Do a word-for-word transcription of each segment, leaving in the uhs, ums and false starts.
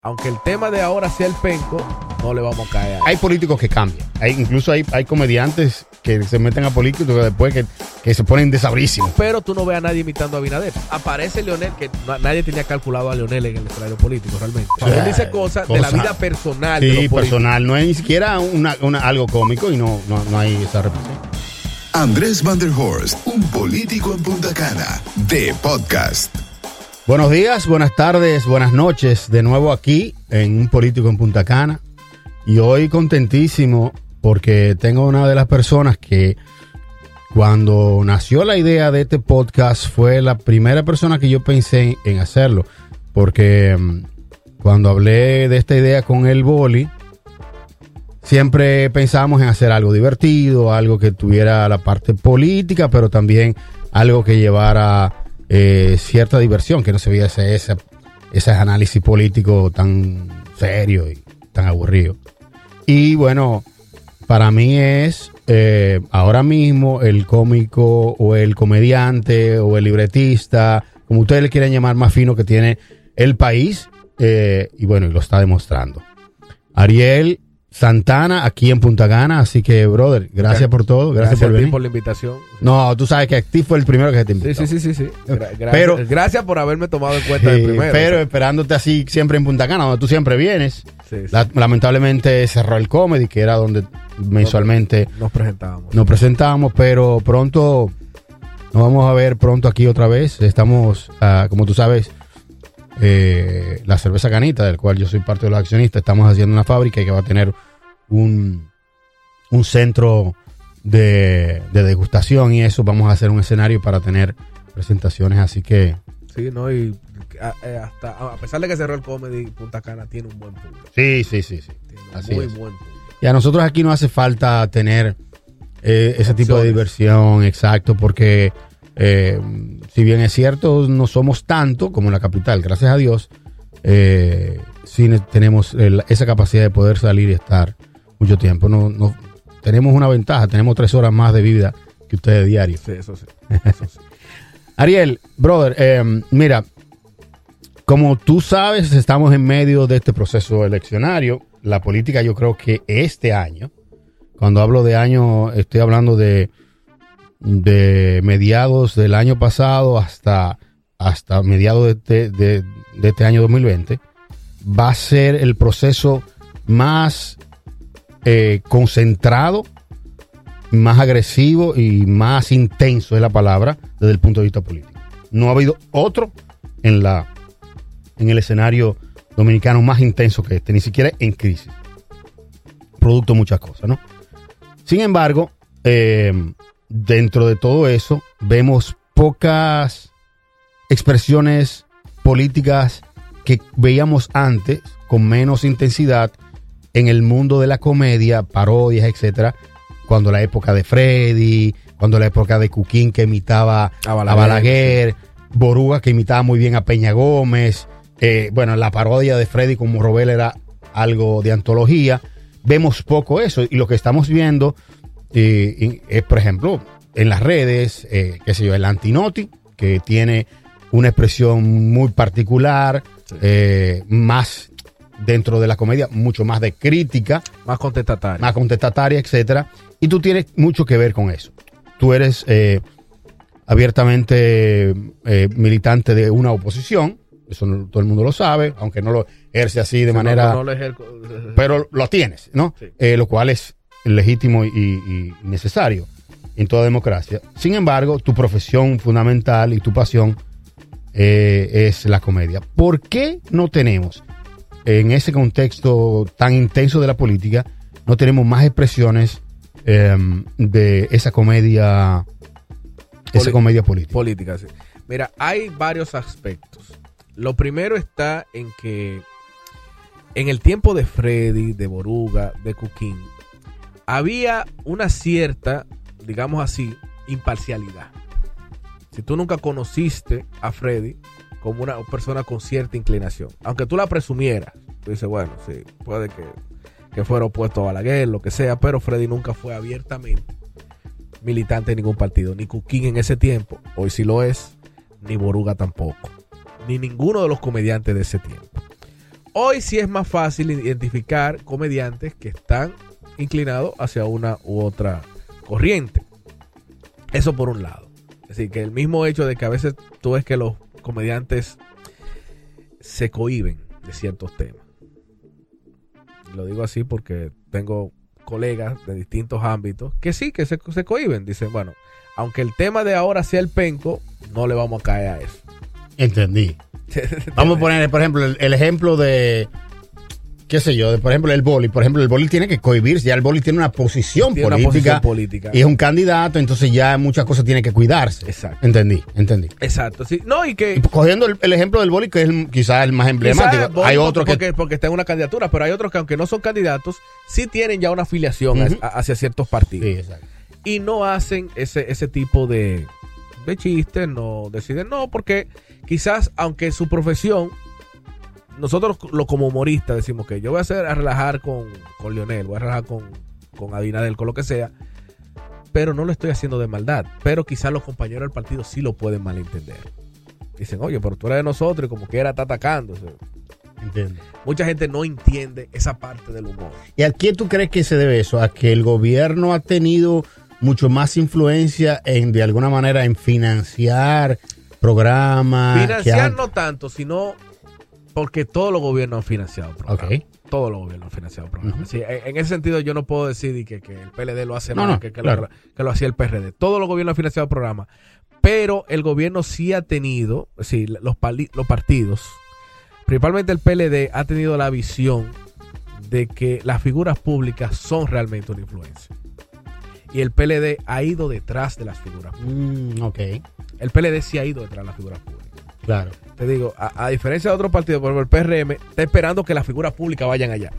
aunque el tema de ahora sea el penco, no le vamos a caer. Hay políticos que cambian. Hay, incluso hay, hay comediantes que se meten a políticos que después que, que se ponen desabrísimos. Pero tú no ves a nadie imitando a Abinader. Aparece Leonel, que no, nadie tenía calculado a Leonel en el escenario político realmente. O sea, él dice cosas cosa, de la vida personal. Sí, de los personal. No es ni siquiera una, una, algo cómico y no, no, no hay esa represión. Andrés Van der Horst, un político en Punta Cana, de podcast. Buenos días, buenas tardes, buenas noches. De nuevo aquí en Un Político en Punta Cana. Y hoy contentísimo porque tengo una de las personas que cuando nació la idea de este podcast fue la primera persona que yo pensé en hacerlo. Porque cuando hablé de esta idea con el Boli, siempre pensábamos en hacer algo divertido, algo que tuviera la parte política, pero también algo que llevara eh, cierta diversión, que no se viese ese, ese análisis político tan serio y tan aburrido. Y bueno, para mí es eh, ahora mismo el cómico o el comediante o el libretista, como ustedes le quieran llamar, más fino que tiene el país, eh, y bueno, y lo está demostrando. Ariel Santana, aquí en Punta Cana, así que, brother, gracias, gracias por todo, gracias, gracias por venir. por la invitación. No, tú sabes que Activ fue el primero que te invitó. Sí, sí, sí, sí, sí. Gra- gracias, pero, gracias por haberme tomado en cuenta sí, de primero. Pero o sea. esperándote así siempre en Punta Cana, donde tú siempre vienes. Sí, sí. La, lamentablemente cerró el comedy, que era donde mensualmente nos, nos presentábamos. Nos presentábamos, pero pronto nos vamos a ver pronto aquí otra vez. Estamos, uh, como tú sabes, eh, la cerveza Canita, del cual yo soy parte de los accionistas, estamos haciendo una fábrica que va a tener un, un centro de, de degustación y eso. Vamos a hacer un escenario para tener presentaciones, así que sí, no, y a, hasta a pesar de que cerró el comedy, Punta Cana tiene un buen público. Sí, sí, sí, sí. Tiene un Así muy es. buen público. Y a nosotros aquí no hace falta tener eh, ese tipo de diversión, exacto, porque eh, si bien es cierto, no somos tanto como en la capital, gracias a Dios, eh, sí tenemos el, esa capacidad de poder salir y estar mucho tiempo. No, no, tenemos una ventaja, tenemos tres horas más de vida que ustedes diario. Sí, eso sí. Eso sí. Ariel, brother, eh, mira, como tú sabes, estamos en medio de este proceso eleccionario. La política, yo creo que este año, cuando hablo de año, estoy hablando de, de mediados del año pasado hasta, hasta mediados de este, de, de este año dos mil veinte, va a ser el proceso más eh, concentrado, más agresivo y más intenso, es la palabra, desde el punto de vista político. No ha habido otro en la en el escenario dominicano más intenso que este, ni siquiera en crisis, producto de muchas cosas, ¿no? Sin embargo, eh, dentro de todo eso, vemos pocas expresiones políticas que veíamos antes con menos intensidad en el mundo de la comedia, parodias, etcétera, cuando la época de Freddy, cuando la época de Cuquín que imitaba a Balaguer, a Balaguer, Boruga que imitaba muy bien a Peña Gómez, eh, bueno, la parodia de Freddy con Morrobel era algo de antología. Vemos poco eso y lo que estamos viendo eh, es, por ejemplo, en las redes, eh, qué sé yo, el Antinoti, que tiene una expresión muy particular, sí. eh, más dentro de la comedia, mucho más de crítica, más contestataria, más contestataria, etcétera. Y tú tienes mucho que ver con eso. Tú eres eh, abiertamente eh, militante de una oposición, eso no, todo el mundo lo sabe, aunque no lo ejerce así de sí, manera, no, no ejerco, pero lo tienes, ¿no? Sí. Eh, lo cual es legítimo y, y necesario en toda democracia. Sin embargo, tu profesión fundamental y tu pasión eh, es la comedia. ¿Por qué no tenemos, en ese contexto tan intenso de la política, no tenemos más expresiones eh, de esa comedia, Poli- esa comedia política? Política, sí. Mira, hay varios aspectos. Lo primero está en que en el tiempo de Freddy, de Boruga, de Cuquín, había una cierta, digamos así, imparcialidad. Si tú nunca conociste a Freddy como una persona con cierta inclinación, aunque tú la presumieras, tú dices, bueno, sí, puede que, que fuera opuesto a Balaguer, lo que sea, pero Freddy nunca fue abiertamente militante de ningún partido, ni Cuquín en ese tiempo, hoy sí lo es, ni Boruga tampoco, ni ninguno de los comediantes de ese tiempo. Hoy sí es más fácil identificar comediantes que están inclinados hacia una u otra corriente. Eso por un lado. Es decir, que el mismo hecho de que a veces tú ves que los comediantes se cohíben de ciertos temas. Lo digo así porque tengo colegas de distintos ámbitos que sí, que se, se cohíben. Dicen, bueno, aunque el tema de ahora sea el penco, no le vamos a caer a eso. Entendí. Vamos a poner, por ejemplo, el, el ejemplo de, qué sé yo, de, por ejemplo, el boli. Por ejemplo, el boli tiene que cohibirse. Ya el boli tiene una posición, tiene política, una posición política. Y es un candidato, entonces ya muchas cosas tiene que cuidarse. Exacto. Entendí, entendí. Exacto, sí. No, y que... Y cogiendo el, el ejemplo del boli, que es el, quizás el más emblemático. Boli, hay otros porque, que... porque está en una candidatura, pero hay otros que aunque no son candidatos, sí tienen ya una afiliación uh-huh. a, a, hacia ciertos partidos. Sí, exacto. Y no hacen ese, ese tipo de, de chistes, no deciden no, porque quizás, aunque su profesión, nosotros lo como humoristas decimos que yo voy a hacer a relajar con, con Leonel, voy a relajar con, con Abinader, con lo que sea, pero no lo estoy haciendo de maldad. Pero quizás los compañeros del partido sí lo pueden malentender. Dicen, oye, pero tú eres de nosotros y como quiera está atacando. Entiendo. Mucha gente no entiende esa parte del humor. ¿Y a qué tú crees que se debe eso? ¿A que el gobierno ha tenido mucho más influencia en, de alguna manera, en financiar programas? Financiar han... no tanto, sino porque todos los gobiernos han financiado programas. Okay. Todos los gobiernos han financiado programas. Uh-huh. Sí, en, en ese sentido yo no puedo decir que, que el P L D lo hace no, mal, no, que, que, claro. lo, que lo hacía el P R D. Todos los gobiernos han financiado programas. Pero el gobierno sí ha tenido, sí, los, pali, los partidos, principalmente el P L D, ha tenido la visión de que las figuras públicas son realmente una influencia. Y el P L D ha ido detrás de las figuras públicas. Mm, ok. El P L D sí ha ido detrás de las figuras públicas. Claro. Te digo, a, a diferencia de otros partidos, por ejemplo, el P R M está esperando que las figuras públicas vayan allá.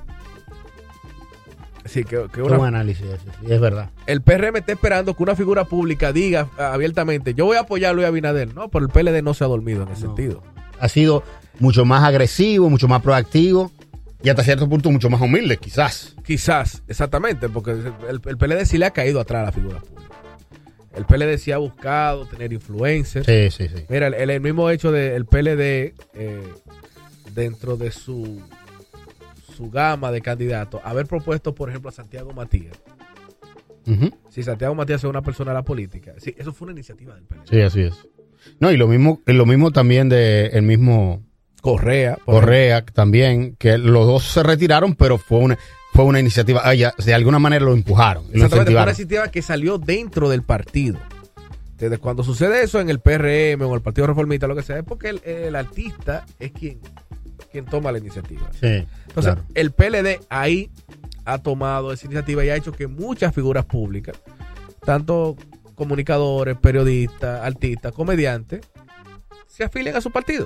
Así que, que una, un análisis de eso, sí, es verdad. El P R M está esperando que una figura pública diga abiertamente, yo voy a apoyar a Luis Abinader. No, pero el P L D no se ha dormido en ese no. sentido. Ha sido mucho más agresivo, mucho más proactivo y hasta cierto punto mucho más humilde, quizás. Quizás, exactamente, porque el, el P L D sí le ha caído atrás a las figuras públicas. El P L D sí ha buscado tener influencers. Sí, sí, sí. Mira, el, el mismo hecho del P L D eh, dentro de su su gama de candidatos, haber propuesto, por ejemplo, a Santiago Matías. Uh-huh. Si Santiago Matías es una persona de la política. Sí, eso fue una iniciativa del P L D. Sí, así es. No, y lo mismo, lo mismo también de el mismo Correa. Correa ejemplo. También, que los dos se retiraron, pero fue una fue una iniciativa, ah, ya, de alguna manera lo empujaron. Exactamente, fue una iniciativa que salió dentro del partido. Desde cuando sucede eso en el P R M o en el Partido Reformista, lo que sea, es porque el, el artista es quien, quien toma la iniciativa. Sí, entonces, claro. El P L D ahí ha tomado esa iniciativa y ha hecho que muchas figuras públicas, tanto comunicadores, periodistas, artistas, comediantes, se afilien a su partido.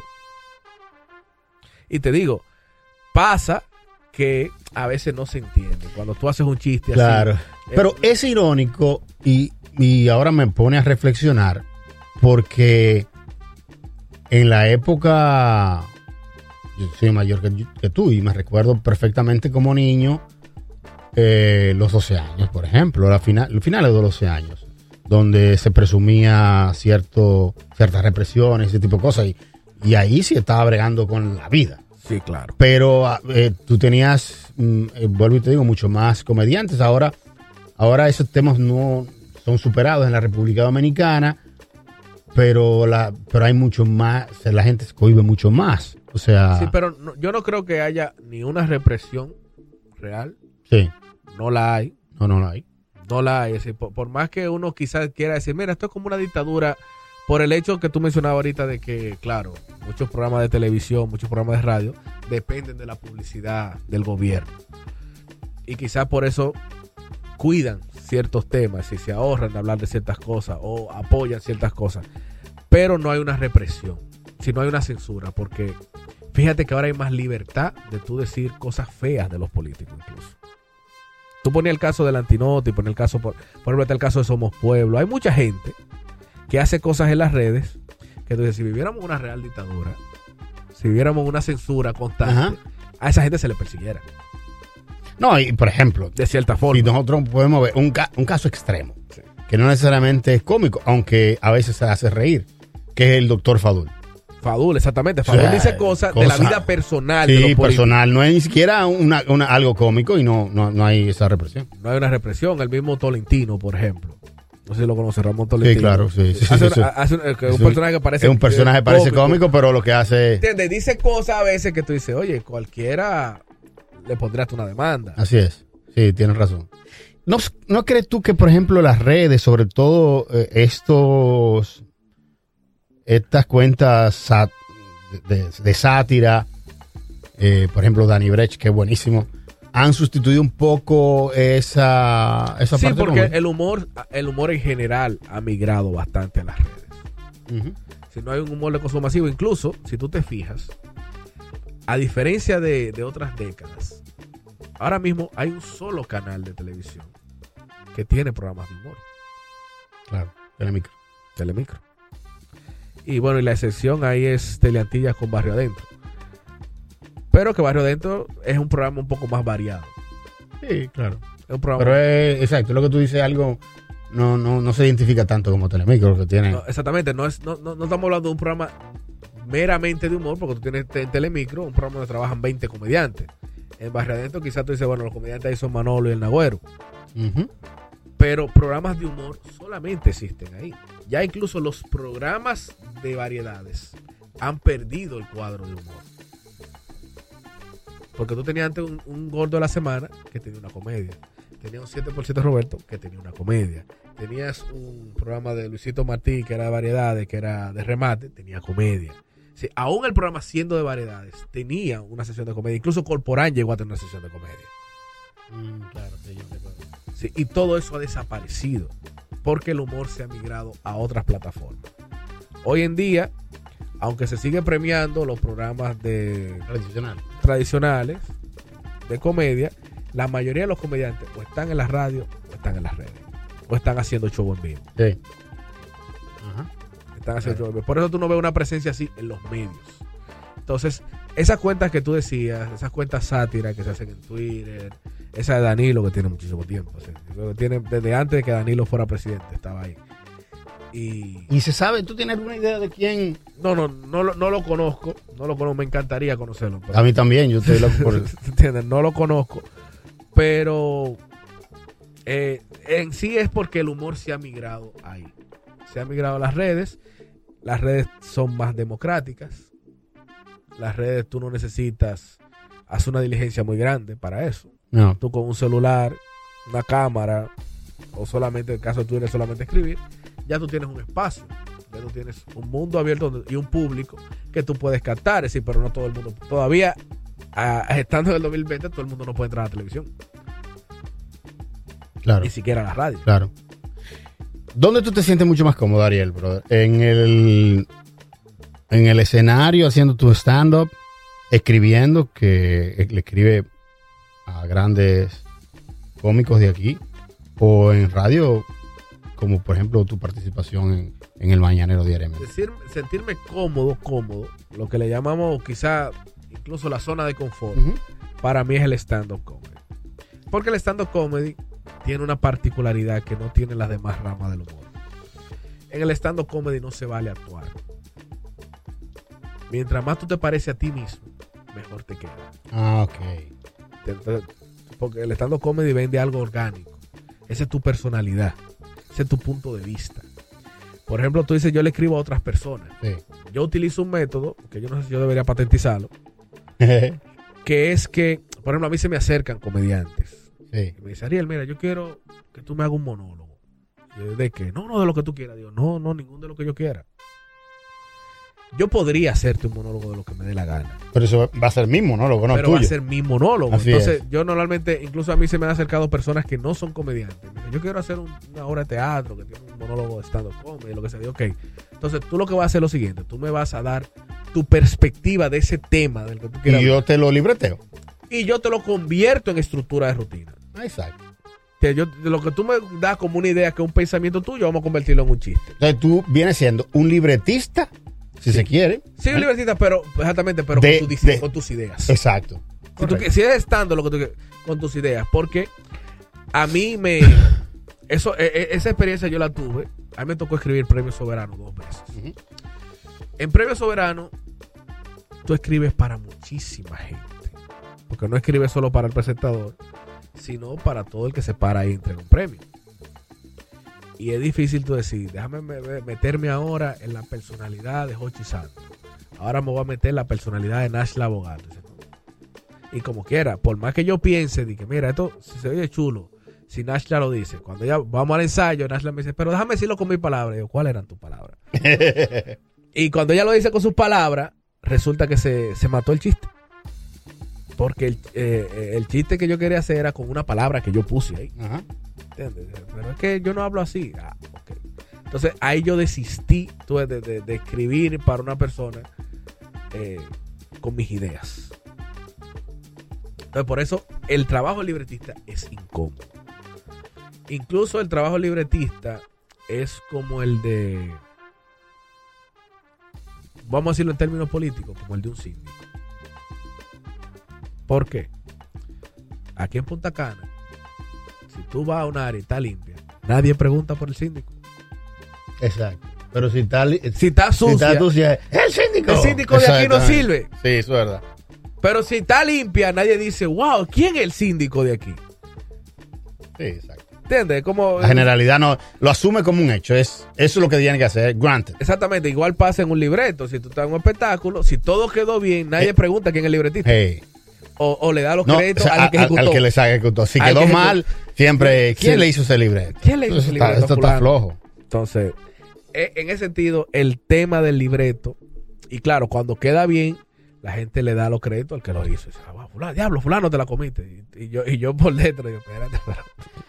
Y te digo, pasa que a veces no se entiende. Cuando tú haces un chiste claro. así. Claro. Pero eh, es irónico y, y ahora me pone a reflexionar porque en la época, yo soy mayor que, que tú y me recuerdo perfectamente como niño eh, los doce años, por ejemplo, la final, los finales de los doce años, donde se presumía cierto, ciertas represiones, ese tipo de cosas y, y ahí sí estaba bregando con la vida. Sí, claro. Pero eh, tú tenías, eh, vuelvo y te digo, mucho más comediantes. Ahora, ahora esos temas no son superados en la República Dominicana, pero la, pero hay mucho más, o sea, la gente se cohíbe mucho más. O sea. Sí, pero no, yo no creo que haya ni una represión real. Sí. No la hay. No, no la hay. No la hay. Es decir, por, por más que uno quizás quiera decir, mira, esto es como una dictadura. Por el hecho que tú mencionabas ahorita de que, claro, muchos programas de televisión, muchos programas de radio dependen de la publicidad del gobierno. Y quizás por eso cuidan ciertos temas y se ahorran de hablar de ciertas cosas o apoyan ciertas cosas. Pero no hay una represión, sino hay una censura. Porque fíjate que ahora hay más libertad de tú decir cosas feas de los políticos incluso. Tú ponías el caso del Antinoti, ponías el caso, por, por ejemplo, está el caso de Somos Pueblo. Hay mucha gente que hace cosas en las redes, que tú dices, si viviéramos una real dictadura, si viviéramos una censura constante, ajá, a esa gente se le persiguiera. No, y por ejemplo, de cierta forma. Si nosotros podemos ver un, ca- un caso extremo, sí, que no necesariamente es cómico, aunque a veces se hace reír, que es el doctor Fadul. Fadul, exactamente. Fadul O sea, dice cosas de cosa- la vida personal. de Sí, los políticos. personal. No es ni siquiera una, una- algo cómico y no, no, no hay esa represión. No hay una represión. El mismo Tolentino, por ejemplo. No sé si lo conoce, Ramón Tolentino. Sí, claro, sí, sí, Hace sí, una- sí. hace un, que Es un un- personaje que parece Es un personaje eh, parece cómico, pero lo que hace... ¿Entiendes? Dice cosas a veces que tú dices, oye, cualquiera le pondrías una demanda. Así es. Sí, tienes razón. ¿No, ¿No crees tú que, por ejemplo, las redes, sobre todo eh, estos estas cuentas sat- de, de- de sátira, eh, por ejemplo, Danny Brecht, que es buenísimo, han sustituido un poco esa, esa Sí, parte? porque cómica? el humor, el humor en general ha migrado bastante a las redes. Ujú. Si no hay un humor de consumo masivo, incluso si tú te fijas, a diferencia de, de otras décadas, ahora mismo hay un solo canal de televisión que tiene programas de humor, Claro, Telemicro. Telemicro. Y bueno, y la excepción ahí es Teleantillas con Barrio Adentro. Pero que Barrio Adentro es un programa un poco más variado. Sí, claro. Es un programa Pero es, exacto, lo que tú dices, algo no, no, no se identifica tanto como Telemicro, que tiene... No, exactamente, no, es, no, no, no estamos hablando de un programa meramente de humor, porque tú tienes en Telemicro un programa donde trabajan veinte comediantes. En Barrio Adentro quizás tú dices, bueno, los comediantes ahí son Manolo y el Nagüero. Ujú. Pero programas de humor solamente existen ahí. Ya incluso los programas de variedades han perdido el cuadro de humor. Porque tú tenías antes un, un gordo de la semana que tenía una comedia. Tenías un siete por ciento Roberto que tenía una comedia. Tenías un programa de Luisito Martí que era de variedades, que era de remate, tenía comedia. Sí, aún el programa siendo de variedades tenía una sesión de comedia. Incluso Corporán llegó a tener una sesión de comedia. Mm, claro, sí, yo recuerdo. Sí, y todo eso ha desaparecido porque el humor se ha migrado a otras plataformas. Hoy en día, aunque se sigue premiando los programas de Tradicional. tradicionales de comedia, la mayoría de los comediantes o están en la radio o están en las redes o están haciendo show en vivo. Sí. Ajá. Están haciendo show en vivo. Por eso tú no ves una presencia así en los medios. Entonces, esas cuentas que tú decías, esas cuentas sátiras que se hacen en Twitter, esa de Danilo que tiene muchísimo tiempo, o sea, yo creo que tiene desde antes de que Danilo fuera presidente, estaba ahí. Y ¿Y se sabe? ¿Tú tienes alguna idea de quién? no, no, no, lo- no lo conozco, no lo conozco, me encantaría conocerlo. Pero, A mí también, yo estoy loco por... ¿entiendes? No lo conozco, pero eh, en sí es porque el humor se ha migrado ahí. Se ha migrado a las redes, las redes son más democráticas, las redes tú no necesitas hacer una diligencia muy grande para eso. No. Tú con un celular, una cámara, o solamente, en el caso de Twitter, solamente escribir, ya tú tienes un espacio, ya tú tienes un mundo abierto donde- y un público que tú puedes captar, es decir, pero no todo el mundo. Todavía, ah, estando en el dos mil veinte, todo el mundo no puede entrar a la televisión, Claro, ni siquiera a la radio. claro. ¿Dónde tú te sientes mucho más cómodo, Ariel, brother? ¿En el, en el escenario haciendo tu stand-up, escribiendo, que le escribe a grandes cómicos de aquí? ¿O en radio, como por ejemplo tu participación en, en El Mañanero diariamente? Decir, sentirme cómodo, cómodo, lo que le llamamos quizá incluso la zona de confort, Ujú. para mí es el stand-up comedy. Porque el stand-up comedy tiene una particularidad que no tienen las demás ramas del humor. En el stand-up comedy no se vale actuar. Mientras más tú te pareces a ti mismo, mejor te queda. Ah, ok. Te- te- Porque el stand-up comedy vende algo orgánico. Esa es tu personalidad. Ese es tu punto de vista. Por ejemplo, tú dices, yo le escribo a otras personas. Sí. Yo utilizo un método, que yo no sé si yo debería patentizarlo, que es que, por ejemplo, a mí se me acercan comediantes. Sí. Y me dice, Ariel, mira, yo quiero que tú me hagas un monólogo. Y yo, ¿de qué? No, no, de lo que tú quieras. Digo, no, no, ningún de lo que yo quiera. Yo podría hacerte un monólogo de lo que me dé la gana. Pero eso va a ser mismo, ¿no? Lo que no es pero va a tuyo. ser mi monólogo. Así Entonces, es. yo normalmente, incluso a mí se me han acercado personas que no son comediantes. Me dicen, yo quiero hacer un- una obra de teatro que tiene un monólogo de stand-up comedy, lo que sea. Digo, ok. Entonces, tú lo que vas a hacer es lo siguiente. Tú me vas a dar tu perspectiva de ese tema del que tú quieras Y yo te lo libreteo. y yo te lo convierto en estructura de rutina. Ah, exacto. Que yo, de lo que tú me das como una idea, que es un pensamiento tuyo, vamos a convertirlo en un chiste. Entonces tú vienes siendo un libretista, si se quiere. Sí, un ¿Eh? libretista, pero exactamente, pero De- con, tu, de- con tus ideas. Exacto. Si, tú, Correcto. si eres estando lo que tú quieres, con tus ideas, porque a mí me eso e- e- esa experiencia yo la tuve. A mí me tocó escribir Premio Soberano dos veces. Ujú. En Premio Soberano, tú escribes para muchísima gente. Porque no escribes solo para el presentador, sino para todo el que se para ahí y entrega un premio. Y es difícil tú decir, déjame meterme ahora en la personalidad de Jochi Santos. Ahora me voy a meter en la personalidad de Nash la abogado. Y como quiera, por más que yo piense, de que mira, esto si se oye chulo, si Nashla lo dice, cuando ya vamos al ensayo, Nashla me dice, pero déjame decirlo con mis palabras. Y yo, ¿cuáles eran tus palabras? Y cuando ella lo dice con sus palabras, resulta que se, se mató el chiste. Porque el, eh, el chiste que yo quería hacer era con una palabra que yo puse ahí. Ajá. ¿Entiendes? Pero es que yo no hablo así. Ah, okay. Entonces ahí yo desistí tú, de, de, de escribir para una persona eh, con mis ideas. Entonces por eso el trabajo libretista es incómodo. Incluso el trabajo libretista es como el de, vamos a decirlo en términos políticos, como el de un síndico. ¿Por qué? Aquí en Punta Cana, si tú vas a un área y está limpia, nadie pregunta por el síndico. Exacto. Pero si está, li- Si está sucia, si está sucia, ¡el síndico! el síndico de aquí no Exactamente. sirve. Sí, eso es verdad. Pero si está limpia, nadie dice, wow, ¿quién es el síndico de aquí? Sí, exacto. ¿Entiendes? Como, La generalidad no lo asume como un hecho. Es, eso es lo que tienen que hacer. Granted. exactamente, igual pasa en un libreto. Si tú estás en un espectáculo, si todo quedó bien, nadie Eh, pregunta quién es el libretista. Hey. O, o le da los No, créditos o sea, al que al, ejecutó. al que le saque ejecutó. Si Al quedó que ejecu- mal, siempre. ¿Quién Sí. le hizo ese libreto? ¿Quién le hizo ese Esto está- libreto, Esto está fulano? flojo. Entonces, e- en ese sentido, el tema del libreto, y claro, cuando queda bien, la gente le da los créditos al que lo hizo. Y dice, ah, wow, fulano, diablo, fulano te la comiste. Y, y yo, y yo por dentro digo, espérate, pero...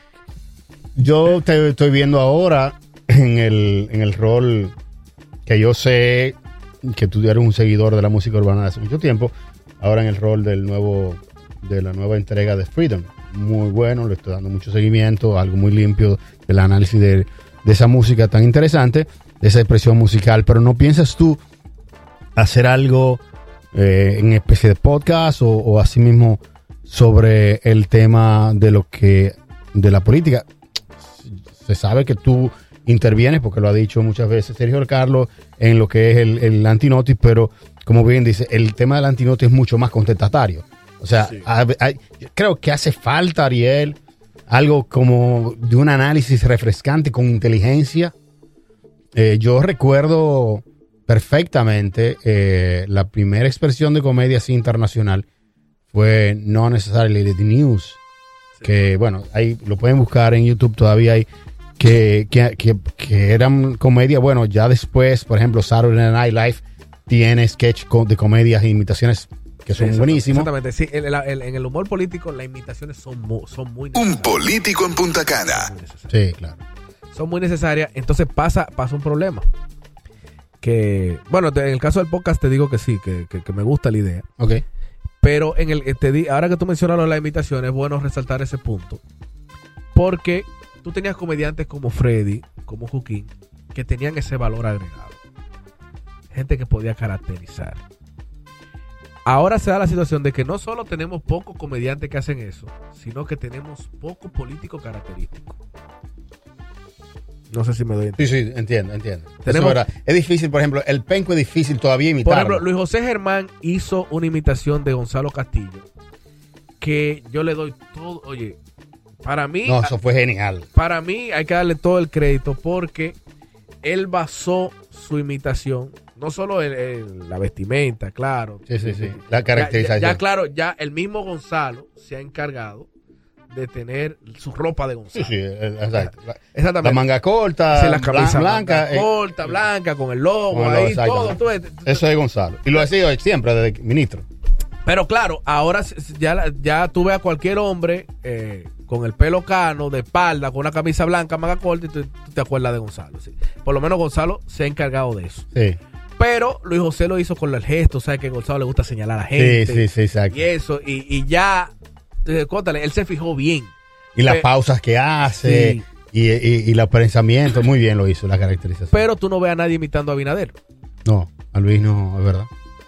Yo te estoy viendo ahora en el, en el rol que yo sé que tú eres un seguidor de la música urbana de hace mucho tiempo. Ahora en el rol del nuevo, de la nueva entrega de Freedom. Muy bueno, le estoy dando mucho seguimiento, algo muy limpio del análisis de, de esa música tan interesante, de esa expresión musical. Pero ¿no piensas tú hacer algo eh, en especie de podcast o, o así mismo sobre el tema de lo que, de la política? Se sabe que tú intervienes, porque lo ha dicho muchas veces Sergio Carlos, en lo que es el, el antinotis, pero como bien dice, el tema del antinotis es mucho más contestatario. O sea, Sí. hay- hay- creo que hace falta, Ariel, algo como de un análisis refrescante con inteligencia. Eh, yo recuerdo perfectamente eh, la primera expresión de comedia así internacional fue No Necessarily the News, Sí. que bueno, ahí lo pueden buscar en YouTube, todavía hay que, que, que, que eran comedia. Bueno, ya después, por ejemplo, Saturday Night Live tiene sketch co- de comedias e imitaciones que son Sí, buenísimos. Exactamente, sí. En, el- el- en el humor político, las imitaciones son, mu- son muy Un necesarias. político en Punta Cana. Muy necesarias. Sí, claro. Son muy necesarias. Entonces pasa, pasa un problema. Que, bueno, te- en el caso del podcast te digo que sí, que, que, que me gusta la idea. Ok. Pero en el, te di, ahora que tú mencionas lo de las imitaciones, es bueno resaltar ese punto. Porque tú tenías comediantes como Freddy, como Joaquín, que tenían ese valor agregado. Gente que podía caracterizar. Ahora se da la situación de que no solo tenemos pocos comediantes que hacen eso, sino que tenemos pocos políticos característicos. No sé si me doy a entender. Sí, sí, entiendo, entiendo. Eso Tenemos- es verdad. Es difícil, por ejemplo, el penco es difícil todavía Por imitarlo. ejemplo, Luis José Germán hizo una imitación de Gonzalo Castillo que yo le doy todo. Oye, para mí, No, eso fue genial. para mí hay que darle todo el crédito porque él basó su imitación, no solo en, en la vestimenta, claro. Sí, sí, sí. La Ya, caracterización. ya, ya, claro, ya el mismo Gonzalo se ha encargado de tener su ropa de Sí, Gonzalo. sí, eh, exacto. La, Exactamente. la manga corta, Sí, las camisas blan- blanca. manga eh, corta, blanca, con el logo, con el logo, ahí todo. exactamente. tú ves. Eso es Gonzalo. Y lo ha sido siempre desde ministro. Pero claro, ahora s- s- ya, la- ya tú ves a cualquier hombre eh, con el pelo cano, de espalda, con una camisa blanca, manga corta, y tú, tú te acuerdas de Gonzalo. ¿sí? Por lo menos Gonzalo se ha encargado de eso. Sí. Pero Luis José lo hizo con el gesto, ¿sabes? Que a Gonzalo le gusta señalar a la Sí, gente. sí, sí, exacto. Y eso, y, y ya, eh, cóntale, él se fijó bien. Y las Pe- pausas que hace. Sí. Y, y, y los pensamientos, muy bien lo hizo, la caracterización. Pero tú no ves a nadie imitando a Abinader. no, a Luis no, es verdad.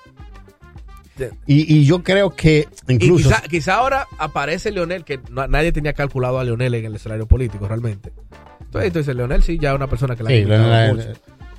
Sí. Y, y yo creo que Y incluso. quizá, quizá ahora aparece Leonel, que no- nadie tenía calculado a Leonel en el escenario político realmente. Entonces, entonces Leonel sí ya es una persona que la ha Sí, imitado Leonel- mucho.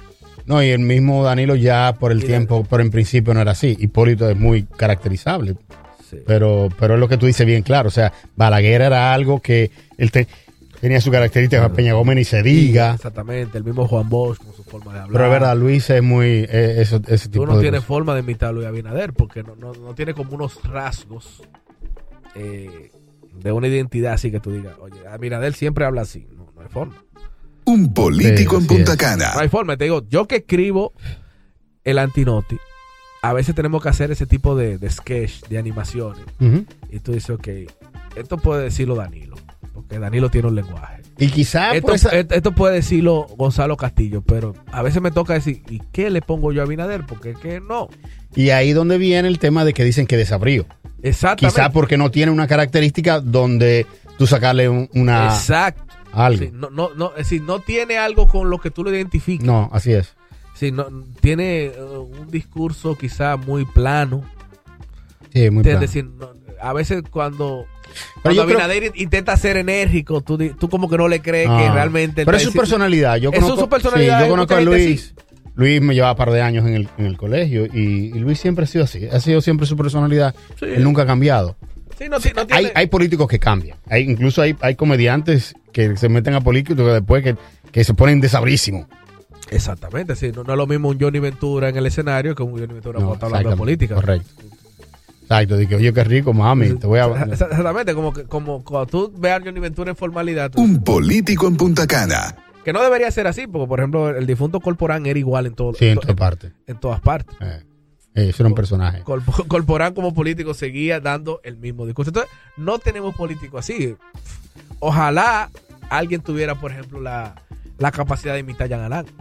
No, y el mismo Danilo ya por el Y tiempo, pero en principio no era así. Hipólito es muy caracterizable. Sí. Pero, pero es lo que tú dices bien claro. O sea, Balaguer era algo que él te- tenía su característica, Peña Gómez ni se diga. Exactamente, el mismo Juan Bosch con su forma de hablar. Pero es verdad, Luis es muy eh, eso, ese tipo Tú no de tienes cosas. forma de imitar a Luis Abinader porque no, no, no tiene como unos rasgos eh, de una identidad así que tú digas, oye, Abinader siempre habla así. No, no hay forma. Un político Sí, en así Punta es. Cana. No hay forma. Te digo, yo que escribo el Antinoti, a veces tenemos que hacer ese tipo de, de sketch, de animaciones. Ujú. Y tú dices, ok, esto puede decirlo Danilo, porque Danilo tiene un lenguaje. Y quizá Esto, por esa- esto- esto puede decirlo Gonzalo Castillo, pero a veces me toca decir, ¿y qué le pongo yo a Abinader? Porque es que no. y ahí donde viene el tema de que dicen que desabrío. Exactamente. Quizá porque no tiene una característica donde tú sacarle un- una Exacto. algo. Sí, no, no, no, es decir, no tiene algo con lo que tú lo identifiques. No, así es. Sí, no, tiene uh, un discurso quizá muy plano. Sí, muy Es plano. decir, no, a veces cuando, Pero cuando yo creo- Abinader intenta ser enérgico, tú, di- tú como que no le crees que Ah, realmente... Pero está es su diciendo- personalidad. Yo Eso es conozco, su personalidad, sí, es yo conozco a mucha gente Luis. Luis me llevaba un par de años en el, en el colegio y, y Luis siempre ha sido así. Ha sido siempre su personalidad. Sí. Él nunca ha cambiado. Sí, no, ti- no tiene- Hay, hay políticos que cambian. Hay, incluso hay, hay comediantes que se meten a políticos que después que, que se ponen desabrísimos. Exactamente, sí. No, no es lo mismo un Johnny Ventura en el escenario que un Johnny Ventura No, cuando está hablando de exactamente, política. correcto. Exacto. Dije, oye, qué rico, mami. Te voy a... Exactamente, como, que, como cuando tú ves a Johnny Ventura en formalidad, tú- Un político en Punta Cana. que no debería ser así, porque por ejemplo el difunto Corporán era igual en, todo, Sí, en to- todas partes. en todas partes. Eh, eh, eso era un personaje. Corp- Corporán como político seguía dando el mismo discurso. Entonces, no tenemos políticos así. Ojalá alguien tuviera, por ejemplo, la, la capacidad de imitar a Jean Alain.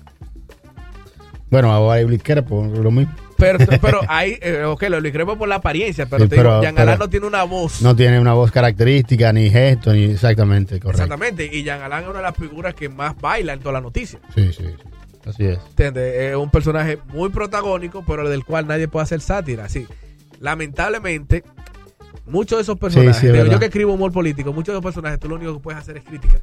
Bueno, ahora hay Bliquera por lo mismo. Pero, pero ahí, eh, ok, lo creemos por la apariencia, pero Sí, te digo, pero- Jean pero- Alain no tiene una voz. No tiene una voz característica, ni gesto, ni exactamente, correcto. Exactamente, y Jean Alain es una de las figuras que más baila en toda la noticia. Sí, sí, sí. Así es. ¿Entiendes? Es un personaje muy protagónico, pero del cual nadie puede hacer sátira. Así, lamentablemente, muchos de esos personajes, sí, es te digo, verdad. yo que escribo humor político, muchos de esos personajes, tú lo único que puedes hacer es crítica.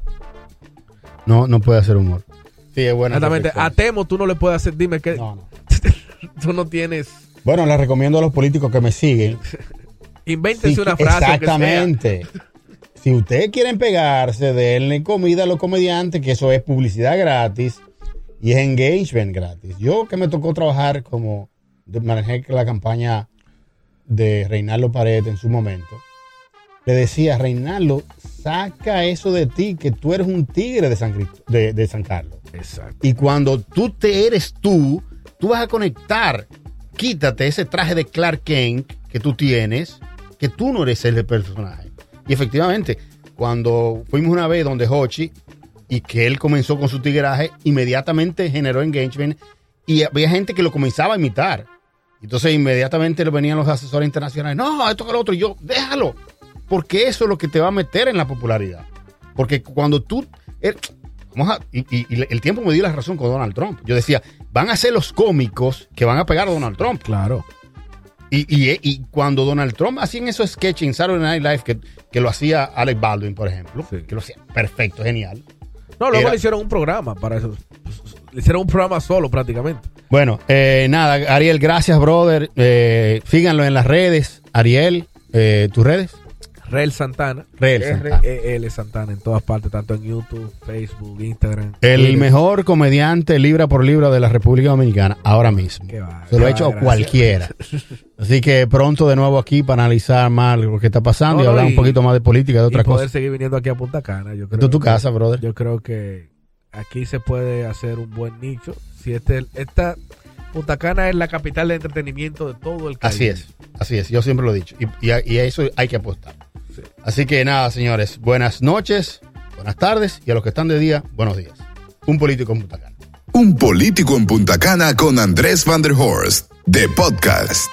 No, no puede hacer humor. Sí, es buena. Exactamente. A reflexión. Temo tú no le puedes hacer, dime que No, no. tú no tienes. Bueno, les recomiendo a los políticos que me siguen. Invéntense Sí, una frase. aunque sea. exactamente. Si ustedes quieren pegarse, denle comida a los comediantes, que eso es publicidad gratis y es engagement gratis. Yo que me tocó trabajar como de- manejé la campaña de Reinaldo Paredes en su momento, le decía, Reinaldo, saca eso de ti, que tú eres un tigre de San, Cristo- de, de San Carlos. Exacto. Y cuando tú te eres tú, tú vas a conectar. Quítate ese traje de Clark Kent que tú tienes, que tú no eres el personaje. Y efectivamente, cuando fuimos una vez donde Hochi y que él comenzó con su tigraje, inmediatamente generó engagement y había gente que lo comenzaba a imitar. Entonces inmediatamente le venían los asesores internacionales, no, esto que lo otro, y yo, déjalo, porque eso es lo que te va a meter en la popularidad. Porque cuando tú... er- Vamos a, y, y- y el tiempo me dio la razón con Donald Trump. Yo decía, van a ser los cómicos que van a pegar a Donald Trump. Claro. Y, y, y cuando Donald Trump hacía en esos sketches en Saturday Night Live, que, que lo hacía Alec Baldwin, por ejemplo, Sí. que lo hacía perfecto, genial. No, luego Era- le hicieron un programa para eso. Le hicieron un programa solo prácticamente. Bueno, eh, nada, Ariel, gracias, brother. Eh, síganlo en las redes. Ariel, eh, ¿tus redes? Rel Santana. Rel Santana. R E L Santana en todas partes, tanto en YouTube, Facebook, Instagram. El Twitter. mejor comediante libra por libra de la República Dominicana ahora mismo. Qué va, Se lo qué he hecho va, a gracias. cualquiera. Así que pronto de nuevo aquí para analizar más lo que está pasando No, y no, hablar y- un poquito más de política y de Y otra poder cosa. seguir viniendo aquí a Punta Cana. Yo creo Esto es tu que- casa, brother. Yo creo que aquí se puede hacer un buen nicho. Si este, esta Punta Cana es la capital de entretenimiento de todo el Caribe. Así es, así es. Yo siempre lo he dicho. Y, y a, y a eso hay que apostar. Sí. Así que nada, señores. Buenas noches, buenas tardes y a los que están de día, buenos días. Un político en Punta Cana. Un político en Punta Cana con Andrés Van der Horst, de podcast.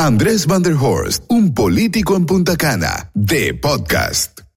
Andrés Van der Horst, un político en Punta Cana, de podcast.